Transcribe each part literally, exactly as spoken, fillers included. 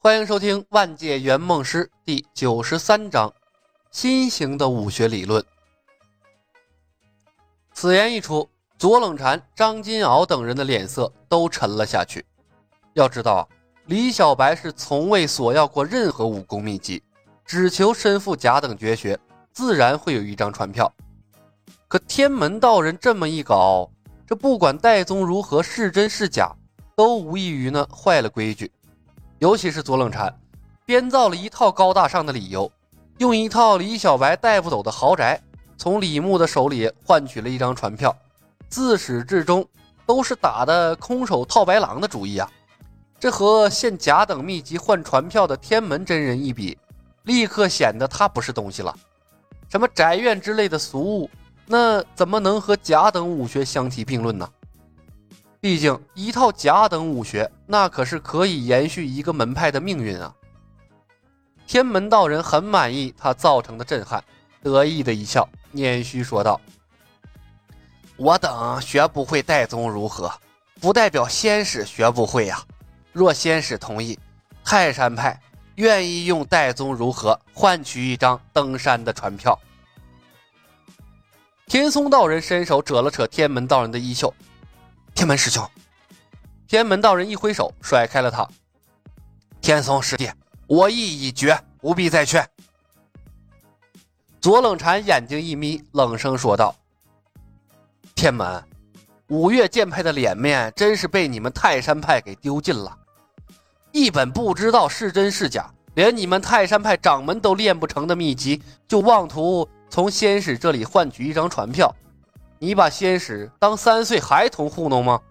欢迎收听《万界圆梦师》第九十三章新型的武学理论。此言一出，左冷禅、张金鳌等人的脸色都沉了下去。要知道啊，李小白是从未索要过任何武功秘籍，只求身负甲等绝学，自然会有一张传票。可天门道人这么一搞，这不管戴宗如何是真是假，都无异于呢坏了规矩。尤其是左冷禅编造了一套高大上的理由，用一套李小白带不走的豪宅，从李牧的手里换取了一张传票，自始至终都是打的空手套白狼的主意啊！这和现甲等秘籍换传票的天门真人一比，立刻显得他不是东西了。什么宅院之类的俗物，那怎么能和甲等武学相提并论呢？毕竟一套甲等武学，那可是可以延续一个门派的命运啊！天门道人很满意他造成的震撼，得意的一笑，捻须说道：我等学不会戴宗如何，不代表仙使学不会呀、啊。若仙使同意，泰山派愿意用戴宗如何换取一张登山的传票。天松道人伸手扯了扯天门道人的衣袖：天门师兄。天门道人一挥手甩开了他：天松师弟，我意已决，不必再劝。左冷禅眼睛一眯，冷声说道：天门，五岳剑派的脸面真是被你们泰山派给丢尽了，一本不知道是真是假，连你们泰山派掌门都练不成的秘籍，就妄图从仙使这里换取一张传票，你把仙使当三岁孩童糊弄吗？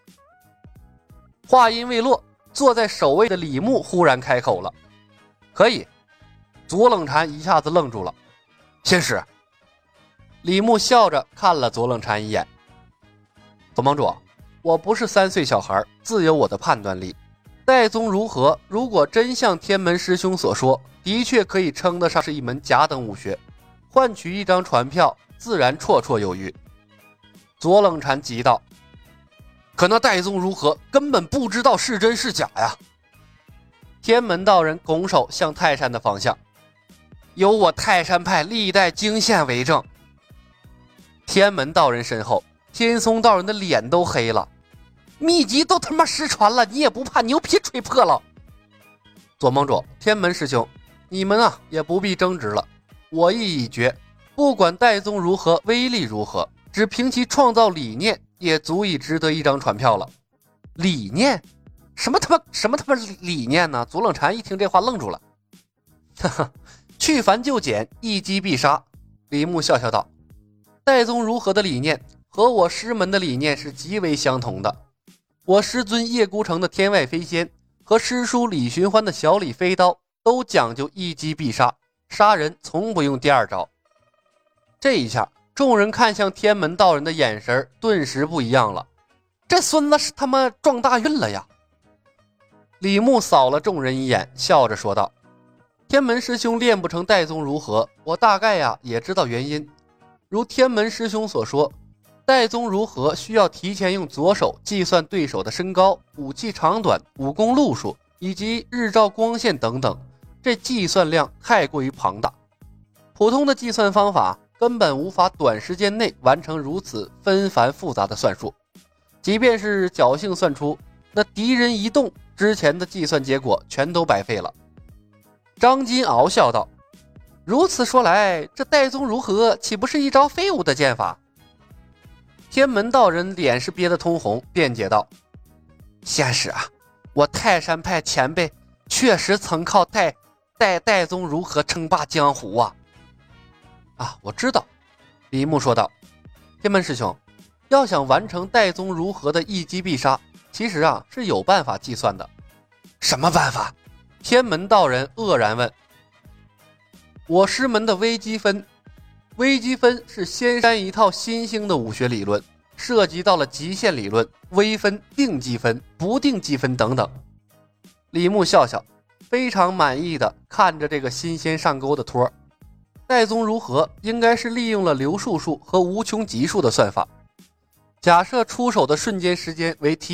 话音未落，坐在首位的李牧忽然开口了：可以。左冷禅一下子愣住了：仙使。李牧笑着看了左冷禅一眼：左盟主，我不是三岁小孩，自有我的判断力。戴宗如何如果真像天门师兄所说，的确可以称得上是一门甲等武学，换取一张传票自然绰绰有余。左冷禅急道：可那戴宗如何根本不知道是真是假呀！天门道人拱手向泰山的方向：有我泰山派历代经线为证。天门道人身后，天松道人的脸都黑了：秘籍都他妈失传了，你也不怕牛皮吹破了？左盟主，天门师兄，你们啊也不必争执了，我意已决，不管戴宗如何威力如何，只凭其创造理念也足以值得一张传票了。理念？什么他妈什么他妈理念呢？左冷禅一听这话愣住了。哈哈，去繁就简，一击必杀。李牧笑笑道：戴宗如何的理念和我师门的理念是极为相同的。我师尊叶孤城的天外飞仙和师叔李寻欢的小李飞刀都讲究一击必杀，杀人从不用第二招。这一下众人看向天门道人的眼神顿时不一样了，这孙子是他妈撞大运了呀！李牧扫了众人一眼，笑着说道：天门师兄练不成戴宗如何，我大概呀也知道原因。如天门师兄所说，戴宗如何需要提前用左手计算对手的身高、武器长短、武功路数以及日照光线等等，这计算量太过于庞大，普通的计算方法根本无法短时间内完成如此纷繁复杂的算术，即便是侥幸算出，那敌人一动，之前的计算结果全都白费了。张金鳌笑道：如此说来，这戴宗如何岂不是一招废物的剑法？天门道人脸是憋得通红，辩解道：仙使啊，我泰山派前辈确实曾靠戴戴戴宗如何称霸江湖啊！啊，我知道。李牧说道：天门师兄，要想完成戴宗如何的一击必杀，其实啊是有办法计算的。什么办法？天门道人愕然问。我师门的微积分。微积分是仙山一套新兴的武学理论，涉及到了极限理论、微分、定积分、不定积分等等。李牧笑笑，非常满意的看着这个新鲜上钩的托。戴宗如何应该是利用了流数数和无穷级数的算法，假设出手的瞬间时间为 t，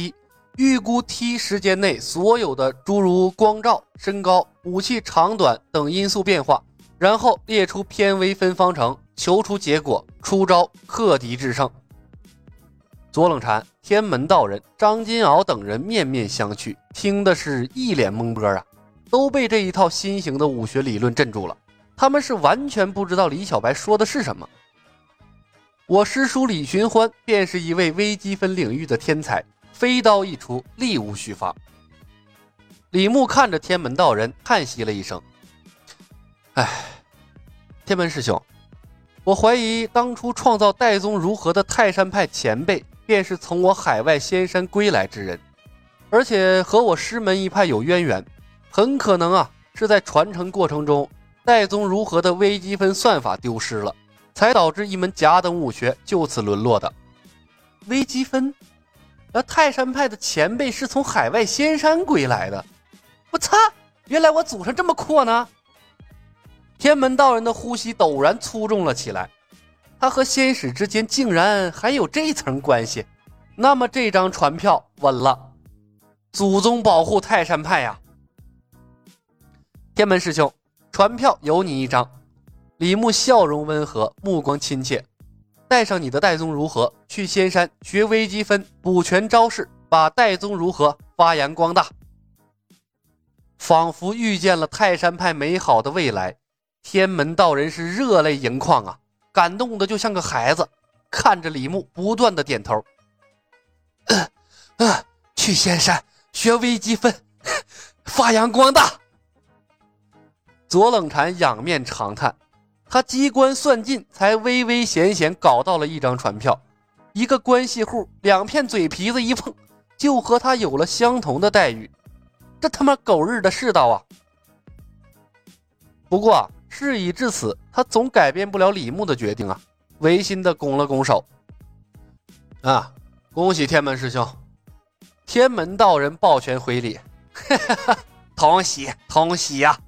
预估 T 时间内所有的诸如光照、身高、武器长短等因素变化，然后列出偏微分方程，求出结果，出招克敌制胜。左冷禅、天门道人、张金鳌等人面面相觑，听的是一脸懵波啊，都被这一套新型的武学理论镇住了。他们是完全不知道李小白说的是什么。我师叔李寻欢便是一位微积分领域的天才，飞刀一出，力无虚发。李牧看着天门道人，叹息了一声：哎，天门师兄，我怀疑当初创造岱宗如何的泰山派前辈便是从我海外仙山归来之人，而且和我师门一派有渊源，很可能啊是在传承过程中岱宗如何的微积分算法丢失了，才导致一门甲等武学就此沦落的。微积分？而泰山派的前辈是从海外仙山归来的？我擦，原来我祖上这么阔呢！天门道人的呼吸陡然粗重了起来，他和仙使之间竟然还有这层关系，那么这张传票稳了，祖宗保护泰山派呀！天门师兄，传票有你一张。李牧笑容温和，目光亲切，带上你的岱宗如何，去仙山学微积分，补全招式，把岱宗如何发扬光大。仿佛遇见了泰山派美好的未来，天门道人是热泪盈眶啊，感动的就像个孩子，看着李牧不断的点头。呃呃，去仙山学微积分，发扬光大。左冷禅仰面长叹，他机关算尽，才微微险险搞到了一张传票，一个关系户，两片嘴皮子一碰，就和他有了相同的待遇，这他妈狗日的世道啊！不过啊，事已至此，他总改变不了李牧的决定啊，违心的拱了拱手。啊，恭喜天门师兄！天门道人抱拳回礼，哈哈哈，同喜同喜呀、啊！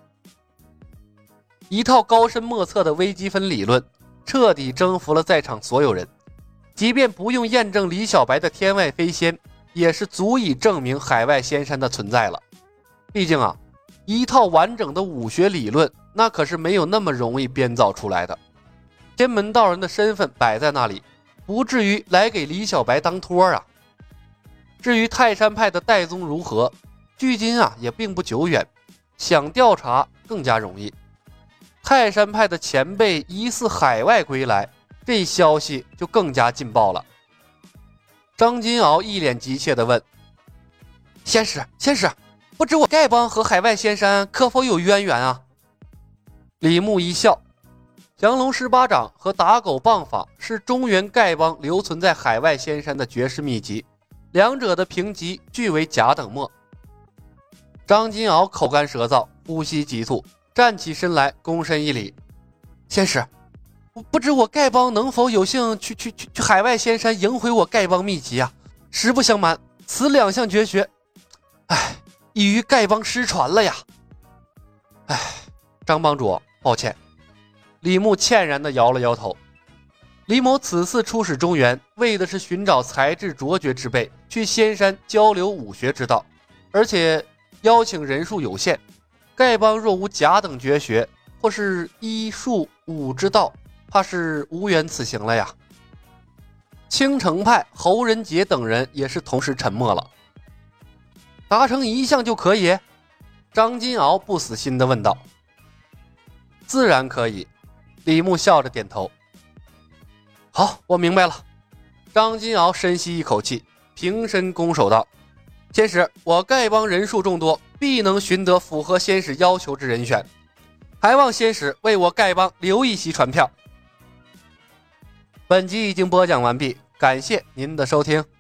一套高深莫测的微积分理论彻底征服了在场所有人，即便不用验证李小白的天外飞仙，也是足以证明海外仙山的存在了。毕竟啊，一套完整的武学理论那可是没有那么容易编造出来的。天门道人的身份摆在那里，不至于来给李小白当托啊。至于泰山派的岱宗如何，距今啊也并不久远，想调查更加容易。泰山派的前辈疑似海外归来，这消息就更加劲爆了。张金鳌一脸急切地问：仙使仙使，不知我丐帮和海外仙山可否有渊源啊？李牧一笑，降龙十八掌和打狗棒法是中原丐帮留存在海外仙山的绝世秘籍，两者的评级俱为甲等末。张金鳌口干舌燥，呼吸急促，站起身来，躬身一礼：仙使，不知我丐帮能否有幸去去去去海外仙山赢回我丐帮秘籍啊？实不相瞒，此两项绝学，唉，已于丐帮失传了呀。唉，张帮主，抱歉。李牧歉然地摇了摇头。李某此次出使中原，为的是寻找才智卓绝之辈，去仙山交流武学之道，而且邀请人数有限，丐帮若无甲等绝学，或是医术武之道，怕是无缘此行了呀。青城派侯仁杰等人也是同时沉默了。达成一项就可以？张金鳌不死心地问道。自然可以，李牧笑着点头。好，我明白了。张金鳌深吸一口气，平身拱手道：仙使，我丐帮人数众多，必能寻得符合仙使要求之人选，还望仙使为我丐帮留一席传票。本集已经播讲完毕，感谢您的收听。